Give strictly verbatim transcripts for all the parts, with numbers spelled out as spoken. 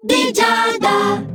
di Giada.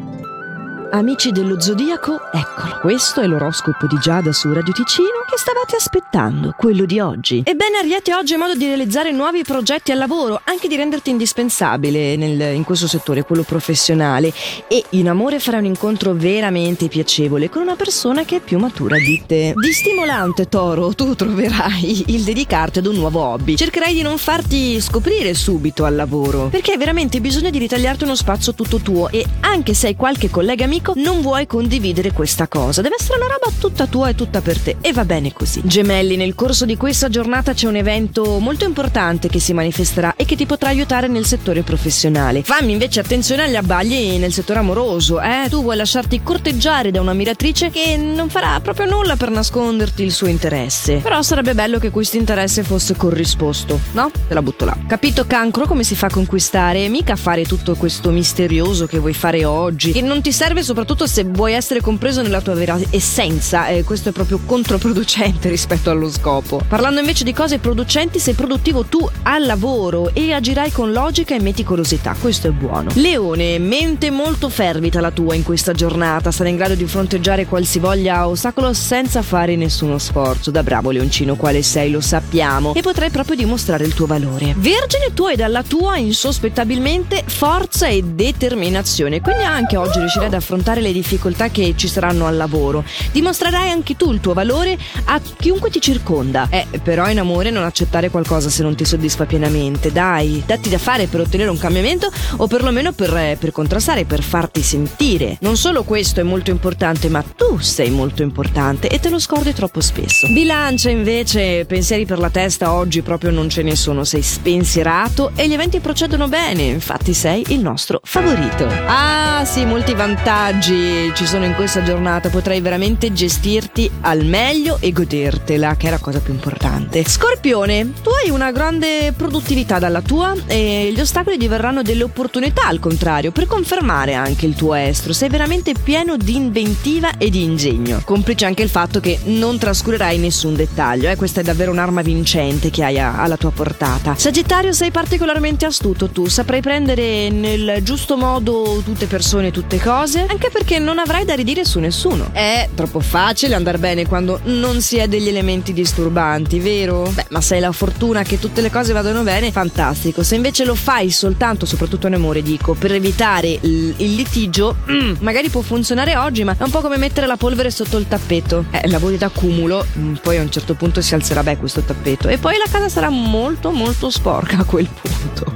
Amici dello Zodiaco, eccolo, questo è l'oroscopo di Giada su Radio Ticino che stavate aspettando, quello di oggi. Ebbene, Ariete, oggi è modo di realizzare nuovi progetti al lavoro, anche di renderti indispensabile nel, in questo settore, quello professionale, e in amore farai un incontro veramente piacevole con una persona che è più matura di te. Di stimolante, Toro, tu troverai il dedicarti ad un nuovo hobby. Cercherai di non farti scoprire subito al lavoro, perché hai veramente bisogno di ritagliarti uno spazio tutto tuo, e anche se hai qualche collega amico non vuoi condividere questa cosa, deve essere una roba tutta tua e tutta per te, e va bene così. Gemelli, nel corso di questa giornata c'è un evento molto importante che si manifesterà e che ti potrà aiutare nel settore professionale. Fammi invece attenzione agli abbagli nel settore amoroso, eh? Tu vuoi lasciarti corteggiare da un'ammiratrice che non farà proprio nulla per nasconderti il suo interesse, però sarebbe bello che questo interesse fosse corrisposto, no? Te la butto là. Capito, Cancro, come si fa a conquistare? Mica fare tutto questo misterioso che vuoi fare oggi, che non ti serve soprattutto se vuoi essere compreso nella tua vera essenza, eh, questo è proprio controproducente rispetto allo scopo. Parlando invece di cose producenti, sei produttivo tu al lavoro e agirai con logica e meticolosità, questo è buono. Leone, mente molto fervida la tua in questa giornata, sarai in grado di fronteggiare qualsivoglia ostacolo senza fare nessuno sforzo, da bravo leoncino quale sei, lo sappiamo, e potrai proprio dimostrare il tuo valore. Vergine, tu hai dalla tua insospettabilmente forza e determinazione, quindi anche oggi riuscirai ad affrontare le difficoltà che ci saranno al lavoro. Dimostrerai anche tu il tuo valore a chiunque ti circonda. Eh, però in amore non accettare qualcosa se non ti soddisfa pienamente. Dai, datti da fare per ottenere un cambiamento, o perlomeno per, per contrastare, per farti sentire. Non solo questo è molto importante, ma tu sei molto importante e te lo scordi troppo spesso. Bilancia, invece, pensieri per la testa oggi proprio non ce ne sono. Sei spensierato e gli eventi procedono bene, infatti sei il nostro favorito. Ah sì, molti vantaggi ci sono in questa giornata, potrai veramente gestirti al meglio e godertela, che è la cosa più importante. Scorpione, tu hai una grande produttività dalla tua e gli ostacoli diverranno delle opportunità, al contrario, per confermare anche il tuo estro. Sei veramente pieno di inventiva e di ingegno, complice anche il fatto che non trascurerai nessun dettaglio, eh? Questa è davvero un'arma vincente che hai a, alla tua portata. Sagittario, sei particolarmente astuto tu, saprai prendere nel giusto modo tutte persone e tutte cose, anche perché non avrai da ridire su nessuno. È troppo facile andar bene quando non si è degli elementi disturbanti, vero? Beh, ma se hai la fortuna che tutte le cose vadano bene, fantastico. Se invece lo fai soltanto, soprattutto in amore dico, per evitare il, il litigio, mm, magari può funzionare oggi, ma è un po' come mettere la polvere sotto il tappeto. Eh, lavori d'accumulo, mm, poi a un certo punto si alzerà beh questo tappeto e poi la casa sarà molto molto sporca a quel punto.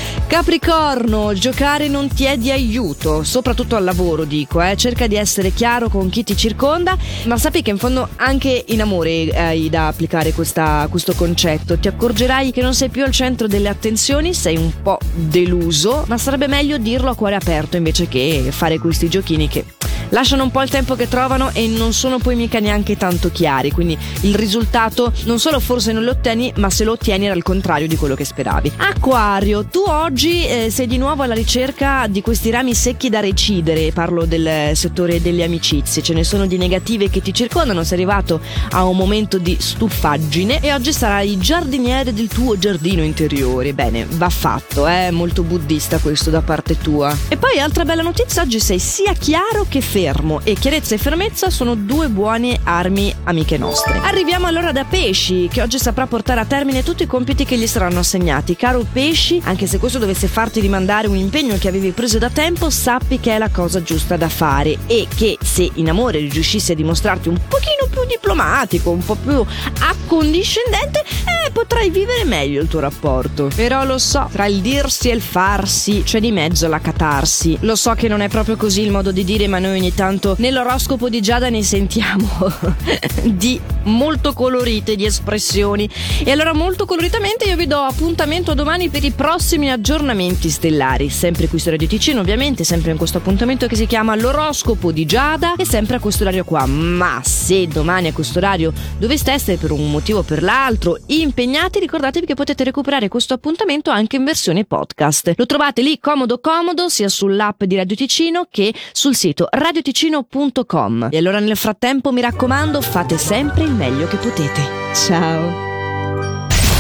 Capricorno, giocare non ti è di aiuto, soprattutto al lavoro dico, eh. Cerca di essere chiaro con chi ti circonda, ma sappi che in fondo anche in amore hai da applicare questa, questo concetto. Ti accorgerai che non sei più al centro delle attenzioni, sei un po' deluso, ma sarebbe meglio dirlo a cuore aperto invece che fare questi giochini che lasciano un po' il tempo che trovano e non sono poi mica neanche tanto chiari, quindi il risultato non solo forse non lo ottieni, ma se lo ottieni era il contrario di quello che speravi. Acquario, tu oggi eh, sei di nuovo alla ricerca di questi rami secchi da recidere, parlo del settore delle amicizie, ce ne sono di negative che ti circondano, sei arrivato a un momento di stufaggine e oggi sarai giardiniere del tuo giardino interiore. Bene, va fatto, è eh? molto buddista questo da parte tua. E poi altra bella notizia, oggi sei sia chiaro che fermo, e chiarezza e fermezza sono due buone armi amiche nostre. Arriviamo allora da Pesci, che oggi saprà portare a termine tutti i compiti che gli saranno assegnati. Caro Pesci, anche se questo dovesse farti rimandare un impegno che avevi preso da tempo, sappi che è la cosa giusta da fare e che se in amore riuscissi a dimostrarti un pochino più diplomatico, un po' più accondiscendente, eh, potrai vivere meglio il tuo rapporto. Però lo so, tra il dirsi e il farsi c'è di mezzo la catarsi. Lo so che non è proprio così il modo di dire, ma noi ogni tanto nell'oroscopo di Giada ne sentiamo di molto colorite, di espressioni. E allora molto coloritamente io vi do appuntamento a domani per i prossimi aggiornamenti stellari, sempre qui su Radio Ticino ovviamente, sempre in questo appuntamento che si chiama l'oroscopo di Giada e sempre a questo orario qua. Ma se domani a questo orario doveste essere per un motivo o per l'altro impegnati, ricordatevi che potete recuperare questo appuntamento anche in versione podcast. Lo trovate lì comodo comodo sia sull'app di Radio Ticino che sul sito radio ticino punto com. E allora nel frattempo mi raccomando, fate sempre il meglio che potete. Ciao!